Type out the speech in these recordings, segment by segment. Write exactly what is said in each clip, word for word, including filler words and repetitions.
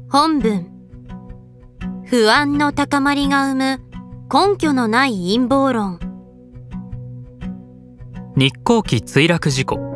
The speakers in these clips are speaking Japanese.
本文。不安の高まりが生む根拠のない陰謀論。 日航機墜落事故。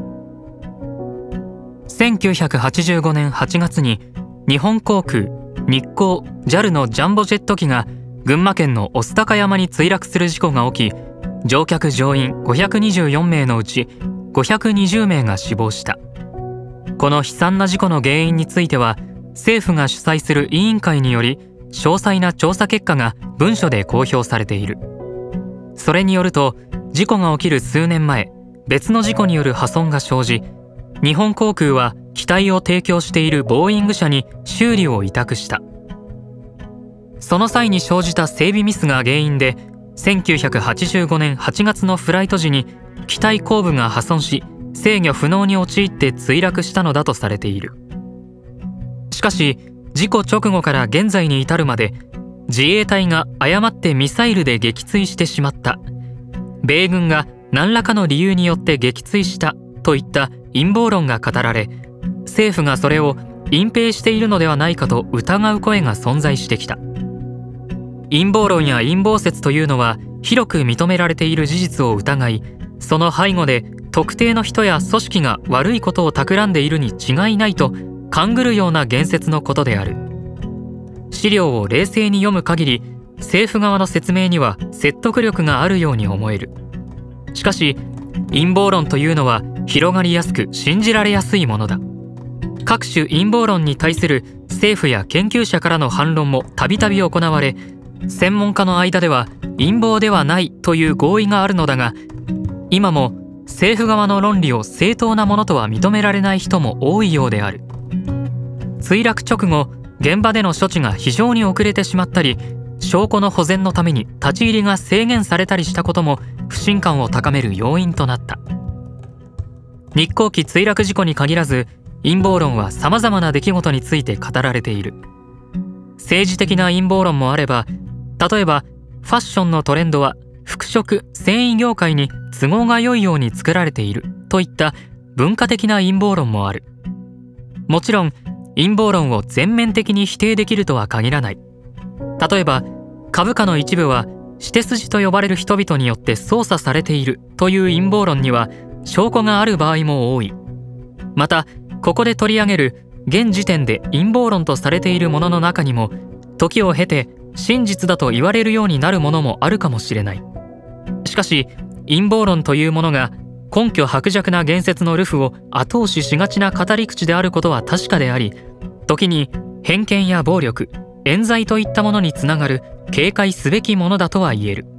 せんきゅうひゃくはちじゅうごねんはちがつに日本航空、日航、ジャル のジャンボジェット機が群馬県の御巣鷹山に墜落する事故が起き、乗客乗員ごひゃくにじゅうよんめいのうちごひゃくにじゅうめいが死亡した。この悲惨な事故の原因については、政府が主催する委員会により詳細な調査結果が文書で公表されている。それによると、事故が起きる数年前、別の事故による破損が生じ、日本航空は機体を提供しているボーイング社に修理を委託した。その際に生じた整備ミスが原因で、せんきゅうひゃくはちじゅうごねんはちがつのフライト時に機体後部が破損し、制御不能に陥って墜落したのだとされている。しかし、事故直後から現在に至るまで、自衛隊が誤ってミサイルで撃墜してしまった、米軍が何らかの理由によって撃墜したといった陰謀論が語られ、政府がそれを隠蔽しているのではないかと疑う声が存在してきた。陰謀論や陰謀説というのは広く認められている事実を疑い、その背後で特定の人や組織が悪いことを企んでいるに違いないと勘ぐるような言説のことである。資料を冷静に読む限り、政府側の説明には説得力があるように思える。しかし、陰謀論というのは広がりやすく信じられやすいものだ。各種陰謀論に対する政府や研究者からの反論もたびたび行われ、専門家の間では陰謀ではないという合意があるのだが、今も政府側の論理を正当なものとは認められない人も多いようである。墜落直後、現場での処置が非常に遅れてしまったり、証拠の保全のために立ち入りが制限されたりしたことも不信感を高める要因となった。日航機墜落事故に限らず、陰謀論はさまざまな出来事について語られている。政治的な陰謀論もあれば、例えばファッションのトレンドは服飾・繊維業界に都合が良いように作られているといった文化的な陰謀論もある。もちろん陰謀論を全面的に否定できるとは限らない。例えば株価の一部は捨て筋と呼ばれる人々によって操作されているという陰謀論には証拠がある場合も多い。またここで取り上げる現時点で陰謀論とされているものの中にも、時を経て真実だと言われるようになるものもあるかもしれない。しかし陰謀論というものが根拠薄弱な言説の流布を後押ししがちな語り口であることは確かであり、時に偏見や暴力、冤罪といったものにつながる警戒すべきものだとは言える。